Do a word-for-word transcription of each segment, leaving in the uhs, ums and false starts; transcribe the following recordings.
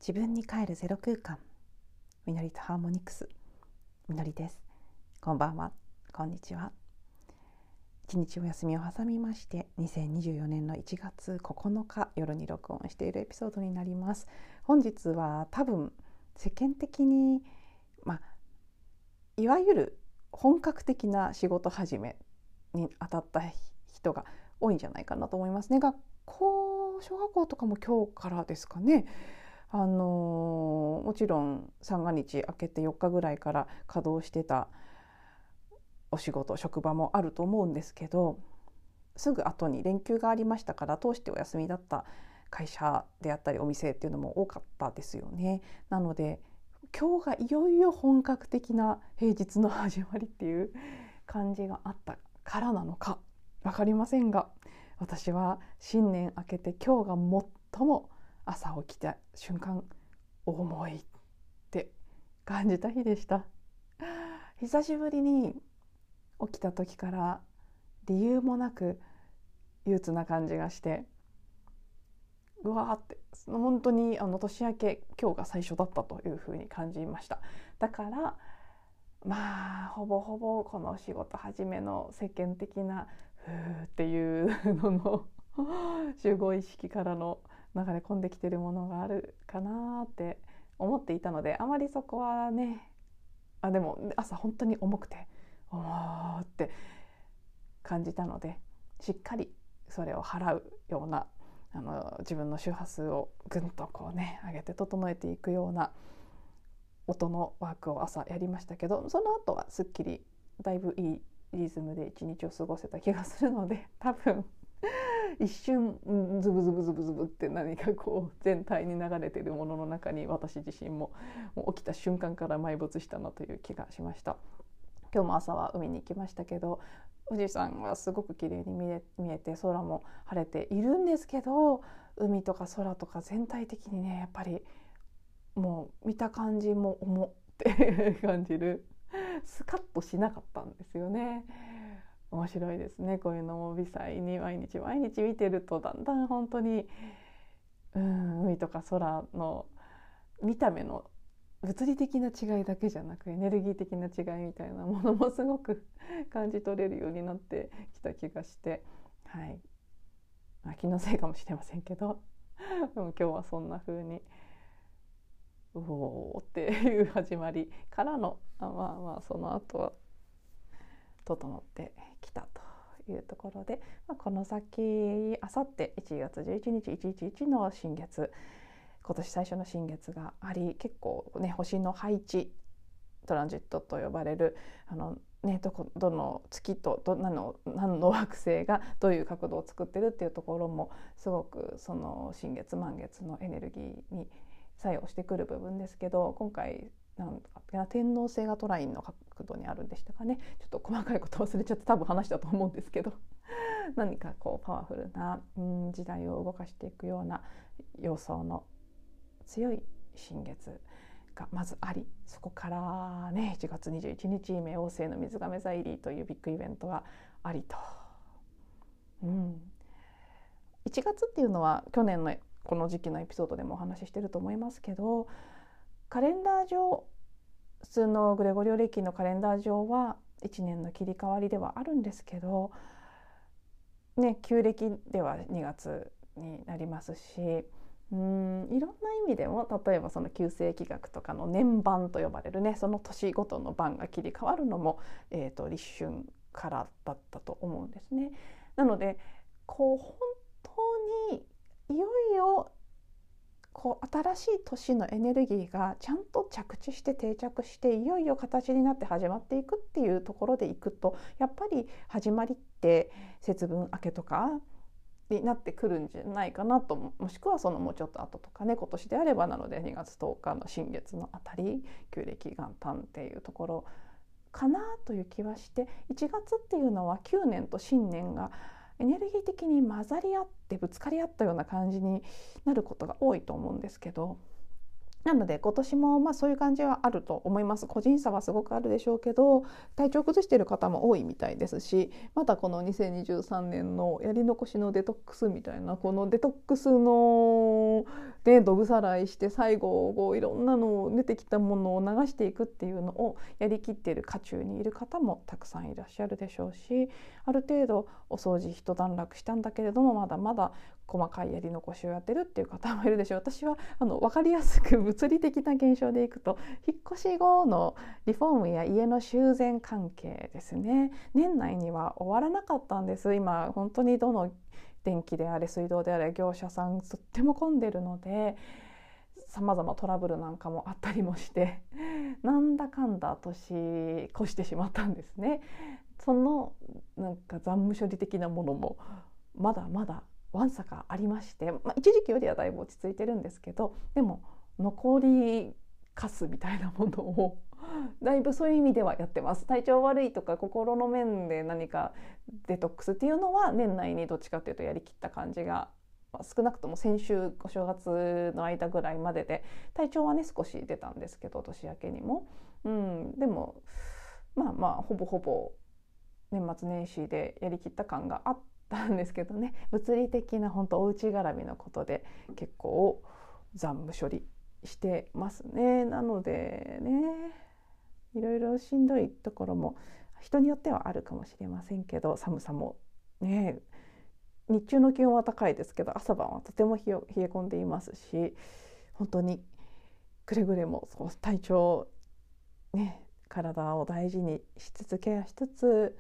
自分に帰るゼロ空間、みのりとハーモニクス、みのりです。こんばんは、こんにちは。一日お休みを挟みまして、にせんにじゅうよねんのいちがつここのか夜に録音しているエピソードになります。本日は多分世間的に、まあ、いわゆる本格的な仕事始めに当たった人が多いんじゃないかなと思いますね。学校、小学校とかも今日からですかね。あのー、もちろん三が日明けてよっかぐらいから稼働してたお仕事、職場もあると思うんですけど、すぐ後に連休がありましたから通してお休みだった会社であったりお店っていうのも多かったですよね。なので今日がいよいよ本格的な平日の始まりっていう感じがあったからなのか分かりませんが、私は新年明けて今日が最も朝起きた瞬間重いって感じた日でした。久しぶりに起きた時から理由もなく憂鬱な感じがして、うわーって本当にあの年明け今日が最初だったというふうに感じました。だからまあほぼほぼこの仕事始めの世間的なふーっていうのの集合意識からの流れ込んできてるものがあるかなって思っていたので、あまりそこはね、あでも朝本当に重くておーって感じたので、しっかりそれを払うようなあの自分の周波数をぐんとこうね上げて整えていくような音のワークを朝やりましたけど、その後はすっきりだいぶいいリズムで一日を過ごせた気がするので、多分一瞬ズブズブズブズブって何かこう全体に流れているものの中に私自身ももう起きた瞬間から埋没したなという気がしました。今日も朝は海に行きましたけど、富士山はすごく綺麗に見え、見えて空も晴れているんですけど、海とか空とか全体的にねやっぱりもう見た感じも重って感じる、スカッとしなかったんですよね。面白いですね、こういうのも微細に毎日毎日見てるとだんだん本当にうん海とか空の見た目の物理的な違いだけじゃなくエネルギー的な違いみたいなものもすごく感じ取れるようになってきた気がして、はい、まあ、気のせいかもしれませんけどでも今日はそんな風にうおーっていう始まりからのあまあまあその後は整ってきたというところで、まあ、この先あさっていちがつじゅういちにちいちいちいちの新月、今年最初の新月があり、結構ね星の配置トランジットと呼ばれるあの、ね、どこどの月とど何の何の惑星がどういう角度を作ってるっていうところもすごくその新月満月のエネルギーに作用してくる部分ですけど、今回なんか天王星がトラインの角度にあるんでしたかね、ちょっと細かいこと忘れちゃって多分話したと思うんですけど何かこうパワフルな、うん、時代を動かしていくような様相の強い新月がまずあり、そこからねいちがつにじゅういちにち冥王星の水亀座入りというビッグイベントがありと、うん、いちがつっていうのは去年のこの時期のエピソードでもお話ししてると思いますけど、カレンダー上普通のグレゴリオ暦のカレンダー上はいちねんの切り替わりではあるんですけど、ね、旧暦ではにがつになりますし、うーんいろんな意味でも例えばその旧世紀学とかの年番と呼ばれるねその年ごとの番が切り替わるのも、えーと、立春からだったと思うんですね。なのでこう本当にいよいよこう新しい年のエネルギーがちゃんと着地して定着していよいよ形になって始まっていくっていうところでいくと、やっぱり始まりって節分明けとかになってくるんじゃないかなと、もしくはそのもうちょっと後とかね、今年であればなのでにがつとおかの新月のあたり、旧暦元旦っていうところかなという気はして、いちがつっていうのはきゅうねんと新年がエネルギー的に混ざり合ってぶつかり合ったような感じになることが多いと思うんですけど、 なので今年もまあそういう感じはあると思います。個人差はすごくあるでしょうけど、体調崩している方も多いみたいですし、またこのにせんにじゅうさんねんのやり残しのデトックスみたいな、このデトックスのでどぶさらいして最後こういろんなの出てきたものを流していくっていうのをやりきっている渦中にいる方もたくさんいらっしゃるでしょうし、ある程度お掃除一段落したんだけれどもまだまだ細かいやり残しをやってるっていう方もいるでしょう。私はあの分かりやすく物理的な現象でいくと、引っ越し後のリフォームや家の修繕関係ですね。年内には終わらなかったんです。今本当にどの電気であれ水道であれ業者さんとっても混んでるので、さまざまトラブルなんかもあったりもしてなんだかんだ年越してしまったんですね。そのなんか残務処理的なものもまだまだわんさかありまして、まあ、一時期よりはだいぶ落ち着いてるんですけど、でも残りカスみたいなものをだいぶそういう意味ではやってます。体調悪いとか心の面で何かデトックスっていうのは年内にどっちかというとやりきった感じが、少なくとも先週お正月の間ぐらいまでで、体調はね少し出たんですけど年明けにも、うん、でもまあまあほぼほぼ年末年始でやりきった感があったんですけどね、物理的な本当お家絡みのことで結構残務処理してますね。なのでね、いろいろしんどいところも人によってはあるかもしれませんけど、寒さもね、日中の気温は高いですけど朝晩はとても冷え込んでいますし、本当にくれぐれもそう体調ね、体を大事にしつつケアしつつ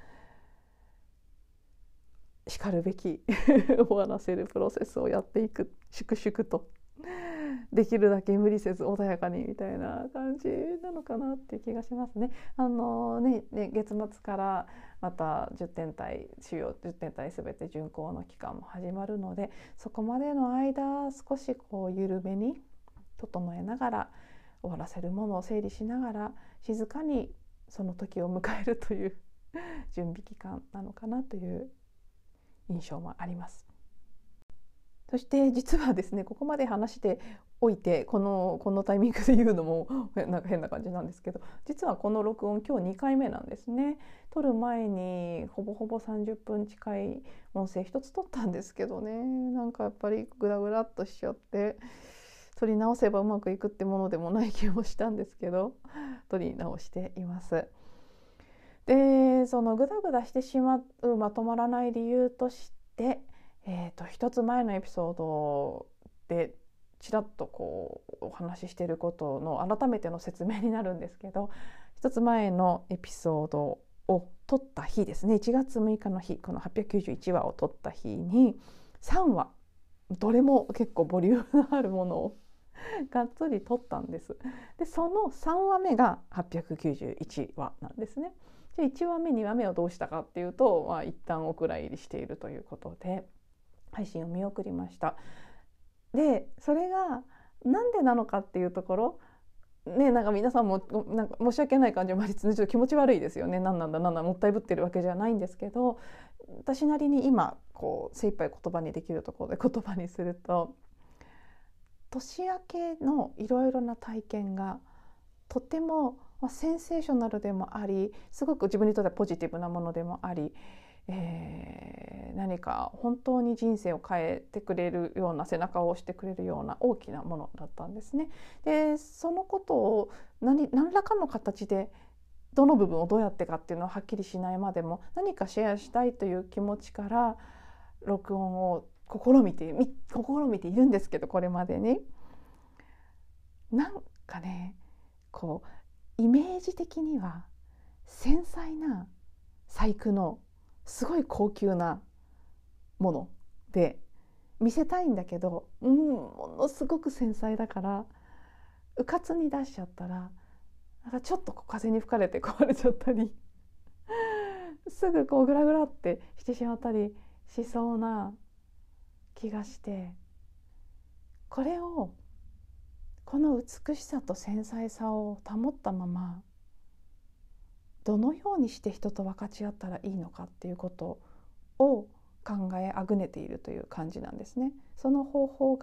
しかるべき終わらせるプロセスをやっていく、粛々とできるだけ無理せず穏やかにみたいな感じなのかなっていう気がしますね。あのね、ね月末からまたじゅってん体主要じゅってん体すべて巡行の期間も始まるので、そこまでの間少しこう緩めに整えながら終わらせるものを整理しながら静かにその時を迎えるという準備期間なのかなという印象もあります。そして実はですね、ここまで話しておいてこのこのタイミングで言うのもなんか変な感じなんですけど、実はこの録音今日にかいめなんですね。撮る前にほぼほぼさんじゅっぷん近い音声一つ撮ったんですけどね、なんかやっぱりグラグラっとしちゃって撮り直せばうまくいくってものでもない気もしたんですけど、撮り直しています。でそのグダグダしてしまうまとまらない理由として、えー、と一つ前のエピソードでちらっとこうお話ししていることの改めての説明になるんですけど、一つ前のエピソードを撮った日ですね、いちがつむいかの日、このはっぴゃくきゅうじゅういちわを撮った日にさんわどれも結構ボリュームのあるものをがっつり撮ったんです。でそのさんわめがはっぴゃくきゅうじゅういちわなんですね。じゃあいちわめにわめをどうしたかっていうと、まあ、一旦お蔵入りしているということで配信を見送りました。でそれがなんでなのかっていうところね、なんか皆さんもなんか申し訳ない感じもありつつ、ちょっと気持ち悪いですよね。なんなんだなんなんもったいぶってるわけじゃないんですけど、私なりに今こう精一杯言葉にできるところで言葉にすると、年明けのいろいろな体験がとてもセンセーショナルでもあり、すごく自分にとってはポジティブなものでもあり、えー、何か本当に人生を変えてくれるような、背中を押してくれるような大きなものだったんですね。でそのことを 何, 何らかの形でどの部分をどうやってかっていうのははっきりしないまでも、何かシェアしたいという気持ちから録音を試みて試みているんですけど、これまでになんかね、こうイメージ的には繊細な細工のすごい高級なもので見せたいんだけど、うん、ものすごく繊細だからうかつに出しちゃったらなんかちょっとこう風に吹かれて壊れちゃったりすぐこうグラグラってしてしまったりしそうな気がして、これをこの美しさと繊細さを保ったままどのようにして人と分かち合ったらいいのかっていうことを考えあぐねているという感じなんですね。その方法が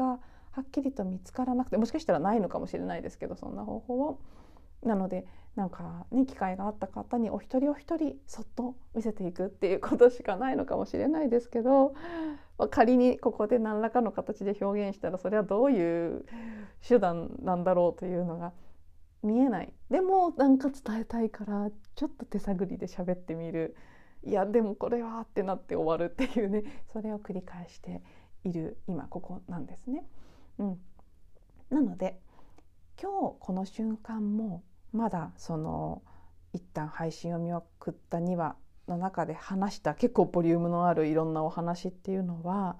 はっきりと見つからなくて、もしかしたらないのかもしれないですけど、そんな方法は。なのでなんかね、機会があった方にお一人お一人そっと見せていくっていうことしかないのかもしれないですけど、まあ、仮にここで何らかの形で表現したら、それはどういう手段なんだろうというのが見えない。でもなんか伝えたいからちょっと手探りで喋ってみる、いやでもこれはってなって終わるっていうね、それを繰り返している今ここなんですね。うん、なので今日この瞬間もまだその一旦配信を見送ったにわの中で話した結構ボリュームのあるいろんなお話っていうのは、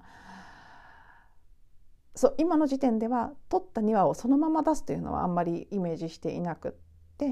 そう今の時点では撮ったにわをそのまま出すというのはあんまりイメージしていなくって、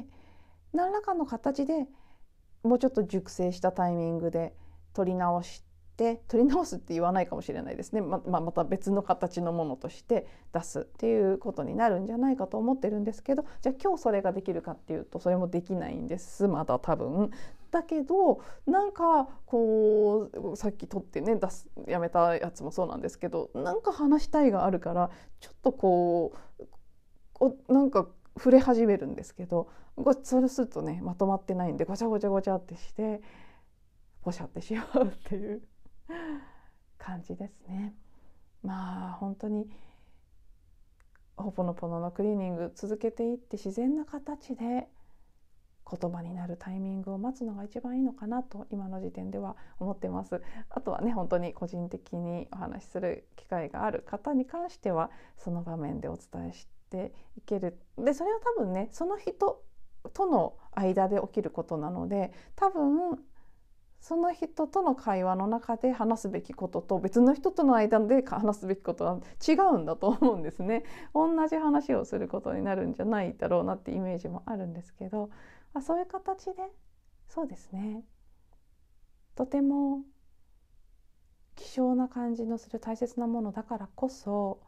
何らかの形でもうちょっと熟成したタイミングで撮り直して撮り直すって言わないかもしれないですね、まままた別の形のものとして出すっていうことになるんじゃないかと思ってるんですけど、じゃあ今日それができるかっていうとそれもできないんですまだ多分。だけどなんかこうさっき撮ってね出すやめたやつもそうなんですけど、なんか話したいがあるからちょっとこうこうなんか触れ始めるんですけど、それするとねまとまってないんでごちゃごちゃごちゃってしてポシャってしまうっていう感じですね。まあ本当にホポノポノのクリーニング続けていって自然な形で言葉になるタイミングを待つのが一番いいのかなと今の時点では思ってます。あとはね本当に個人的にお話しする機会がある方に関してはその場面でお伝えしていける。でそれは多分ねその人との間で起きることなので、多分その人との会話の中で話すべきことと別の人との間で話すべきことは違うんだと思うんですね。同じ話をすることになるんじゃないだろうなってイメージもあるんですけど、まあ、そういう形でそうですね、とても希少な感じのする大切なものだからこそ、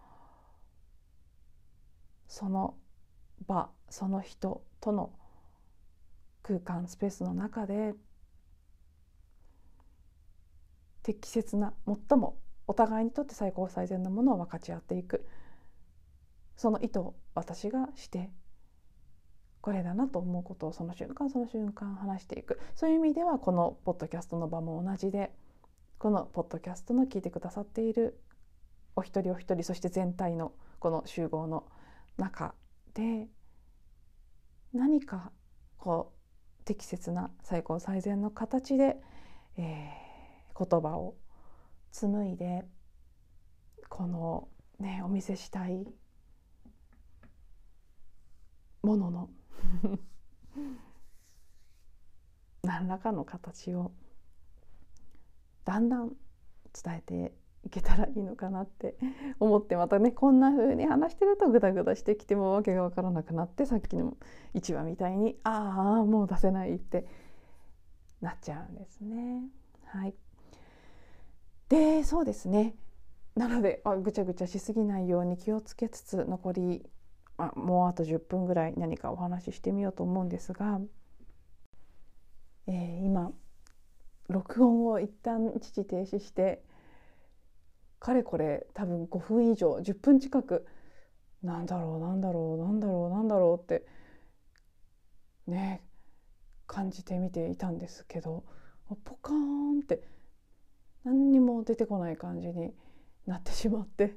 その場その人との空間スペースの中で適切な最もお互いにとって最高最善なものを分かち合っていく、その意図を私がしてこれだなと思うことをその瞬間その瞬間話していく。そういう意味ではこのポッドキャストの場も同じで、このポッドキャストの聞いてくださっているお一人お一人、そして全体のこの集合の中で何かこう適切な最高最善の形で、えー、言葉を紡いでこのねお見せしたいものの何らかの形をだんだん伝えていけたらいいのかなって思って、またねこんな風に話してるとグダグダしてきてもわけが分からなくなって、さっきのいちわみたいにああもう出せないってなっちゃうんですね。はい。でそうですね、なのであぐちゃぐちゃしすぎないように気をつけつつ、残りあもうあとじゅっぷんぐらい何かお話ししてみようと思うんですが、えー、今録音を一旦一時停止してかれこれ多分ごふん以上じゅっぷん近くなんだろうなんだろうなんだろうなんだろうってね感じてみていたんですけど、ポカーンって何にも出てこない感じになってしまって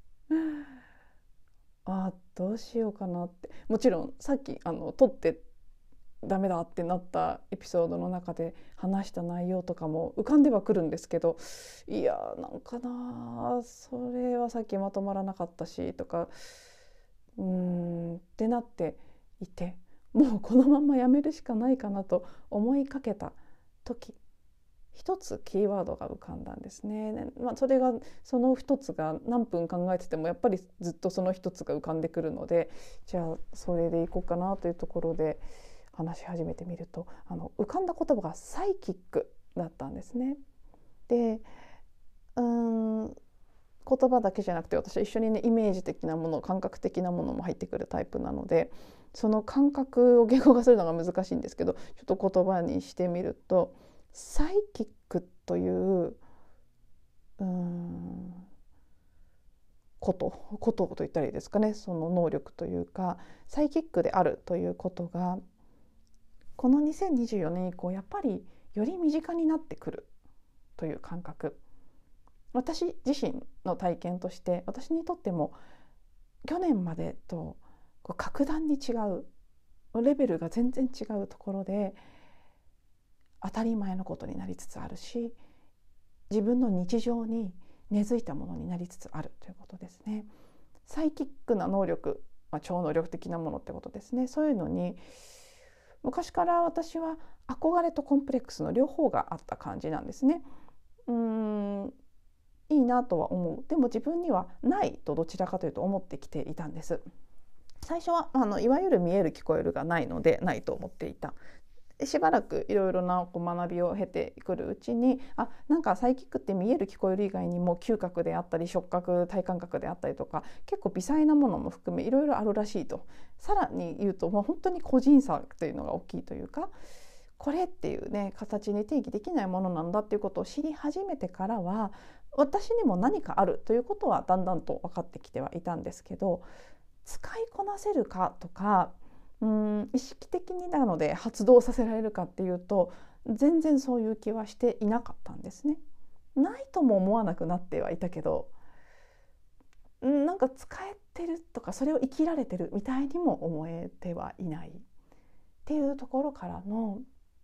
あどうしようかなって、もちろんさっきあの撮ってダメだってなったエピソードの中で話した内容とかも浮かんではくるんですけど、いやなんかなそれはさっきまとまらなかったしとかうーんってなっていて、もうこのままやめるしかないかなと思いかけた時、一つキーワードが浮かんだんですね。まあ、それがその一つが何分考えててもやっぱりずっとその一つが浮かんでくるので、じゃあそれでいこうかなというところで話し始めてみると、あの浮かんだ言葉がサイキックだったんですね。でうーん言葉だけじゃなくて私は一緒にねイメージ的なもの感覚的なものも入ってくるタイプなので、その感覚を言語化するのが難しいんですけど、ちょっと言葉にしてみるとサイキックという、うーんことことと言ったらいいですかね、その能力というかサイキックであるということがこのにせんにじゅうよねん以降やっぱりより身近になってくるという感覚、私自身の体験として私にとっても去年までとこう格段に違うレベルが全然違うところで当たり前のことになりつつあるし、自分の日常に根付いたものになりつつあるということですね。サイキックな能力、まあ、超能力的なものってことですね。そういうのに昔から私は憧れとコンプレックスの両方があった感じなんですね。うーんいいなとは思う。でも自分にはないとどちらかというと思ってきていたんです。最初はあのいわゆる見える聞こえるがないのでないと思っていた。しばらくいろいろなこう学びを経てくるうちに、あ、なんかサイキックって見える聞こえる以外にも嗅覚であったり触覚体感覚であったりとか結構微細なものも含めいろいろあるらしいと。さらに言うともう本当に個人差というのが大きいというか、これっていうね形に定義できないものなんだっていうことを知り始めてからは私にも何かあるということはだんだんと分かってきてはいたんですけど、使いこなせるかとかうん意識的になので発動させられるかっていうと全然そういう気はしていなかったんですね。ないとも思わなくなってはいたけど、なんか使えてるとかそれを生きられてるみたいにも思えてはいないっていうところからの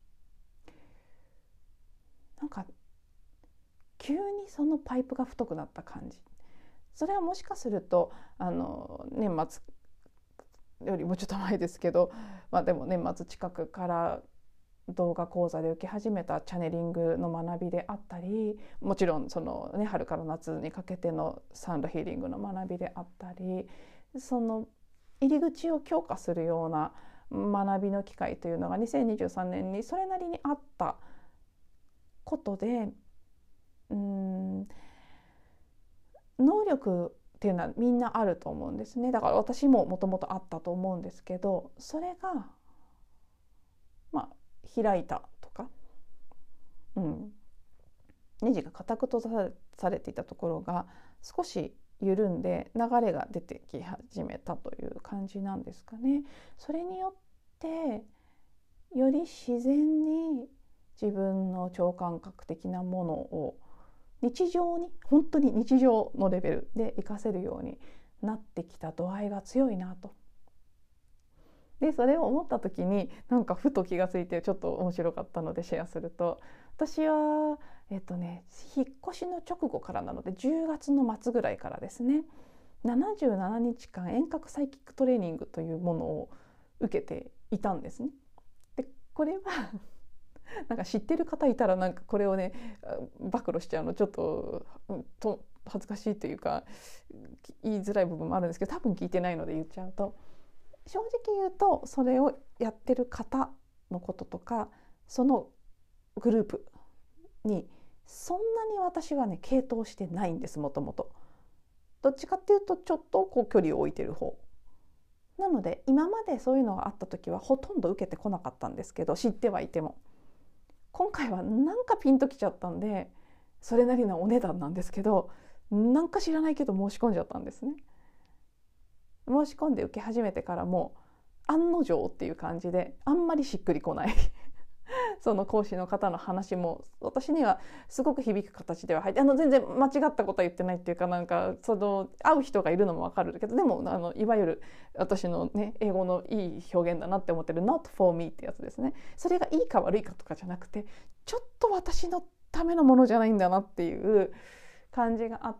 なんか急にそのパイプが太くなった感じ。それはもしかするとあの年末よりもちょっと前ですけど、まあ、でも年末近くから動画講座で受け始めたチャネリングの学びであったり、もちろんその、ね、春から夏にかけてのサウンドヒーリングの学びであったり、その入り口を強化するような学びの機会というのがにせんにじゅうさんねんにそれなりにあったことで、うーん能力っていうのはみんなあると思うんですね。だから私ももともとあったと思うんですけど、それがまあ開いたとか、うん、ネジが固く閉ざされていたところが少し緩んで流れが出てき始めたという感じなんですかね。それによってより自然に自分の超感覚的なものを日常に本当に日常のレベルで活かせるようになってきた度合いが強いなと。でそれを思った時になんかふと気がついてちょっと面白かったのでシェアすると、私はえっとね引っ越しの直後からなのでじゅうがつの末ぐらいからですね、ななじゅうななにちかん遠隔サイキックトレーニングというものを受けていたんですね。でこれはなんか知ってる方いたらなんかこれをね暴露しちゃうのちょっと、うん、と恥ずかしいというか言いづらい部分もあるんですけど、多分聞いてないので言っちゃうと、正直言うとそれをやってる方のこととかそのグループにそんなに私はね傾倒してないんです。もともとどっちかっていうとちょっとこう距離を置いてる方なので、今までそういうのがあった時はほとんど受けてこなかったんですけど、知ってはいても今回はなんかピンときちゃったんで、それなりのお値段なんですけど、なんか知らないけど申し込んじゃったんですね。申し込んで受け始めてからも案の定っていう感じであんまりしっくりこないその講師の方の話も私にはすごく響く形では入って、あの全然間違ったことは言ってないっていうか、なんかその会う人がいるのも分かるけど、でもあのいわゆる私のね英語のいい表現だなって思ってる not for me ってやつですね。それがいいか悪いかとかじゃなくて、ちょっと私のためのものじゃないんだなっていう感じがあって、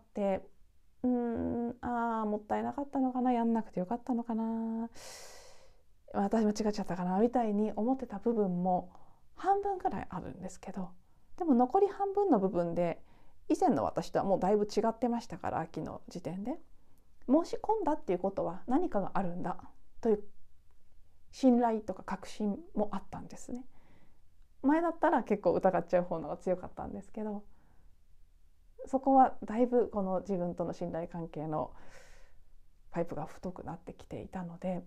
うーんあーもったいなかったのかな、やんなくてよかったのかな、私間違っちゃったかなみたいに思ってた部分も半分くらいあるんですけど、でも残り半分の部分で以前の私とはもうだいぶ違ってましたから、秋の時点で申し込んだっていうことは何かがあるんだという信頼とか確信もあったんですね。前だったら結構疑っちゃう方のが強かったんですけど、そこはだいぶこの自分との信頼関係のパイプが太くなってきていたので、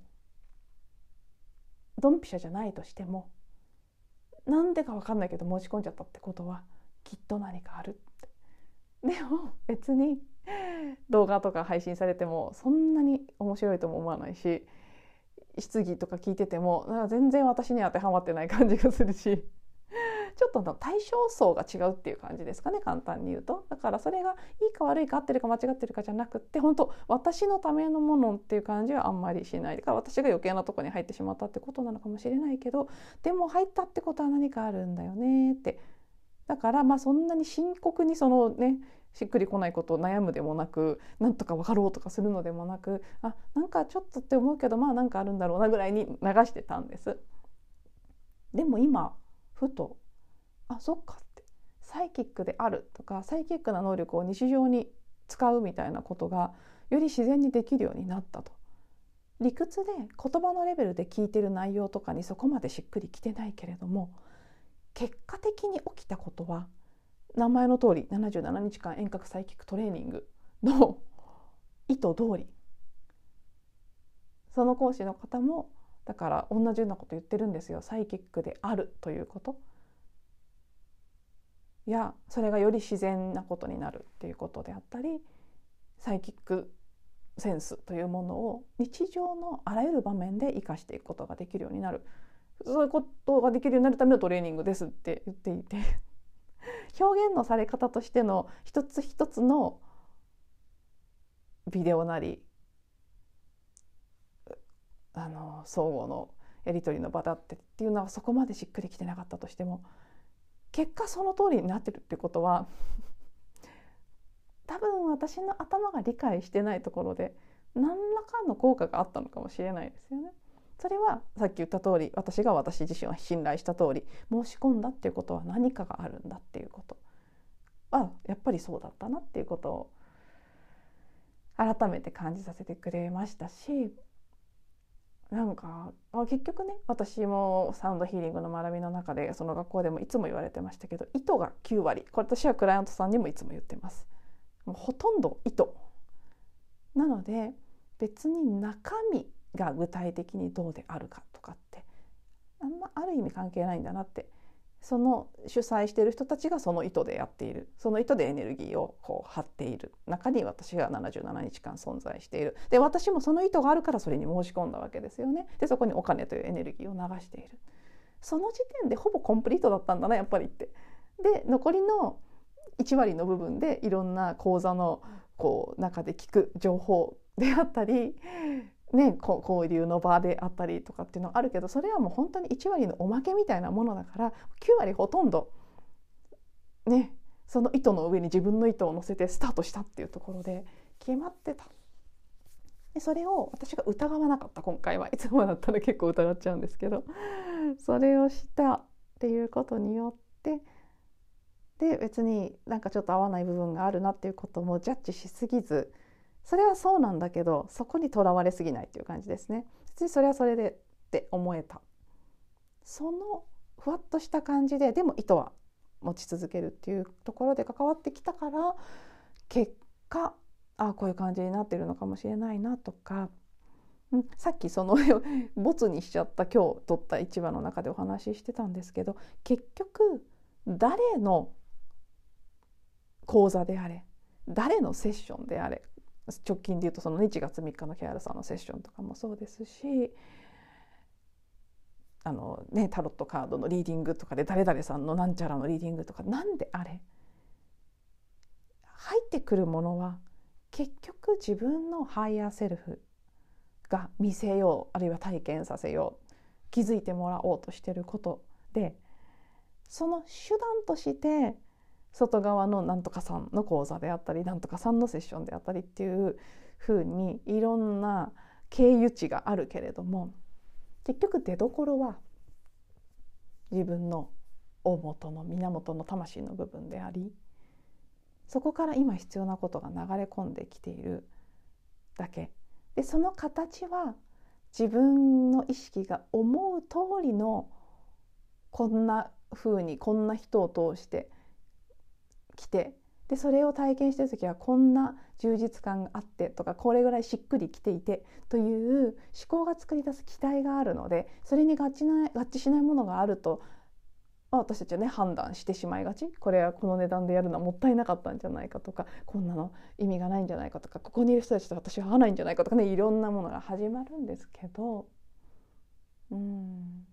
ドンピシャじゃないとしてもなんでか分かんないけど申し込んじゃったってことはきっと何かあるって。でも別に動画とか配信されてもそんなに面白いとも思わないし、質疑とか聞いててもなんか全然私に当てはまってない感じがするし、ちょっと対象層が違うっていう感じですかね、簡単に言うと。だからそれがいいか悪いか合ってるか間違ってるかじゃなくって、本当私のためのものっていう感じはあんまりしない。だから私が余計なとこに入ってしまったってことなのかもしれないけど、でも入ったってことは何かあるんだよねって。だからまあそんなに深刻にそのねしっくりこないことを悩むでもなく、なんとか分かろうとかするのでもなく、あ、なんかちょっとって思うけどまあなんかあるんだろうなぐらいに流してたんです。でも今ふと、あ、そっかって、サイキックであるとかサイキックな能力を日常に使うみたいなことがより自然にできるようになったと。理屈で言葉のレベルで聞いてる内容とかにそこまでしっくりきてないけれども、結果的に起きたことは名前の通りななじゅうななにちかん遠隔サイキックトレーニングの意図通り、その講師の方もだから同じようなこと言ってるんですよ。サイキックであるということや、それがより自然なことになるっていうことであったり、サイキックセンスというものを日常のあらゆる場面で生かしていくことができるようになる、そういうことができるようになるためのトレーニングですって言っていて表現のされ方としての一つ一つのビデオなりあの相互のやり取りの場だってっていうのはそこまでしっくりきてなかったとしても、結果その通りになってるってことは多分私の頭が理解してないところで何らかの効果があったのかもしれないですよね。それはさっき言った通り、私が私自身を信頼した通り申し込んだっていうことは何かがあるんだっていうこと、あ、やっぱりそうだったなっていうことを改めて感じさせてくれましたし、なんか結局ね、私もサウンドヒーリングの学びの中でその学校でもいつも言われてましたけど、意図がきゅうわり、これ私はクライアントさんにもいつも言ってます。もうほとんど意図なので、別に中身が具体的にどうであるかとかってあんまある意味関係ないんだなって。その主催している人たちがその意図でやっている、その意図でエネルギーをこう張っている中に私がななじゅうななにちかん存在している。で、私もその意図があるからそれに申し込んだわけですよね。で、そこにお金というエネルギーを流している。その時点でほぼコンプリートだったんだなやっぱりって。で、残りのいちわりの部分でいろんな講座のこう中で聞く情報であったりね、交流の場であったりとかっていうのがあるけど、それはもう本当にいちわりのおまけみたいなものだから、きゅうわりほとんどね、その糸の上に自分の糸を乗せてスタートしたっていうところで決まってた。でそれを私が疑わなかった。今回はいつもだったら結構疑っちゃうんですけど、それをしたっていうことによって、で別になんかちょっと合わない部分があるなっていうこともジャッジしすぎず、それはそうなんだけどそこにとらわれすぎないっていう感じですね。別にそれはそれでって思えた。そのふわっとした感じで、でも意図は持ち続けるっていうところで関わってきたから、結果あこういう感じになってるのかもしれないなとか、うん、さっきそのボツにしちゃった今日撮ったいちわの中でお話ししてたんですけど、結局誰の講座であれ、誰のセッションであれ、直近で言うとそのいちがつみっかのキャールさんのセッションとかもそうですし、あの、ね、タロットカードのリーディングとかで誰々さんのなんちゃらのリーディングとか、なんであれ入ってくるものは結局自分のハイヤーセルフが見せよう、あるいは体験させよう、気づいてもらおうとしていることで、その手段として外側のなんとかさんの講座であったりなんとかさんのセッションであったりっていう風にいろんな経由地があるけれども、結局出どころは自分の大元の源の魂の部分であり、そこから今必要なことが流れ込んできているだけで、その形は自分の意識が思う通りのこんな風にこんな人を通して来て、でそれを体験してる時はこんな充実感があってとか、これぐらいしっくりきていてという思考が作り出す期待があるので、それに合致ない合致しないものがあると私たちはね判断してしまいがち。これはこの値段でやるのはもったいなかったんじゃないかとか、こんなの意味がないんじゃないかとか、ここにいる人たちと私は合わないんじゃないかとかね、いろんなものが始まるんですけど、うん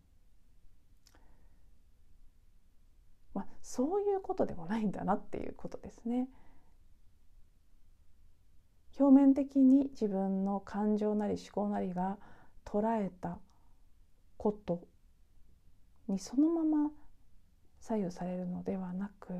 まあ、そういうことでもないんだなっていうことですね。表面的に自分の感情なり思考なりが捉えたことにそのまま左右されるのではなく、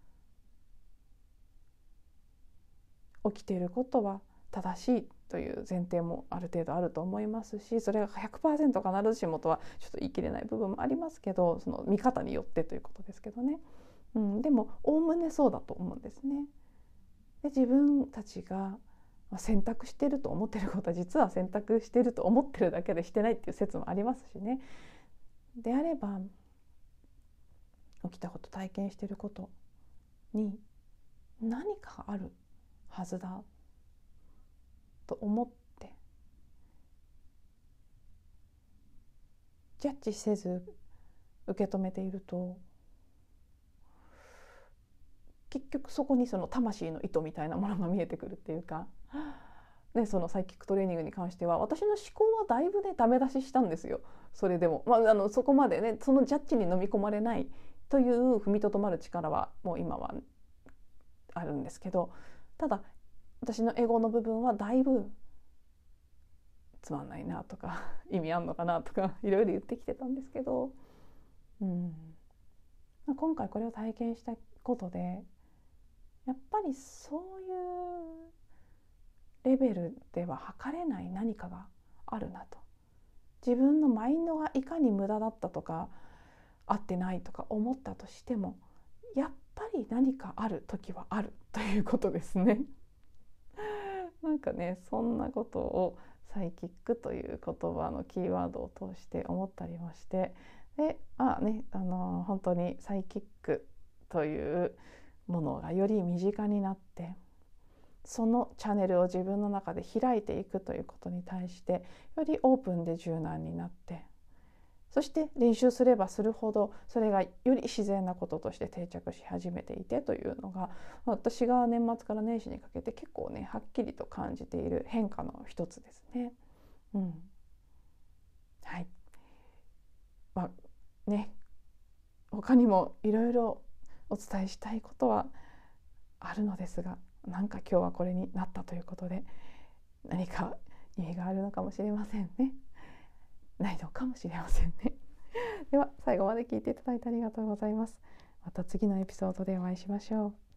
起きていることは正しいという前提もある程度あると思いますし、それが ひゃくパーセント 必ずしもとはちょっと言い切れない部分もありますけど、その見方によってということですけどね、うん、でもおおむねそうだと思うんですね。で自分たちが選択していると思っていることは実は選択していると思ってるだけでしてないっていう説もありますしね。であれば起きたこと、体験していることに何かあるはずだと思ってジャッジせず受け止めていると、結局そこにその魂の意図みたいなものが見えてくるっていうか、ね、そのサイキックトレーニングに関しては私の思考はだいぶねダメ出ししたんですよ。それでも、まあ、あのそこまでねそのジャッジに飲み込まれないという踏みとどまる力はもう今はあるんですけど、ただ私のエゴの部分はだいぶつまんないなとか意味あんのかなとかいろいろ言ってきてたんですけど、うん、今回これを体験したことでやっぱりそういうレベルでは測れない何かがあるなと。自分のマインドがいかに無駄だったとか合ってないとか思ったとしても、やっぱり何かある時はあるということですね。なんかねそんなことをサイキックという言葉のキーワードを通して思ったりもして、でまあねあの本当にサイキックというものがより身近になって、そのチャンネルを自分の中で開いていくということに対してよりオープンで柔軟になって、そして練習すればするほどそれがより自然なこととして定着し始めていてというのが、私が年末から年始にかけて結構ねはっきりと感じている変化の一つですね。うん、はい。まあね他にもいろいろお伝えしたいことはあるのですが、なんか今日はこれになったということで何か意味があるのかもしれませんね。ないのかもしれませんね。では最後まで聞いていただいてありがとうございます。また次のエピソードでお会いしましょう。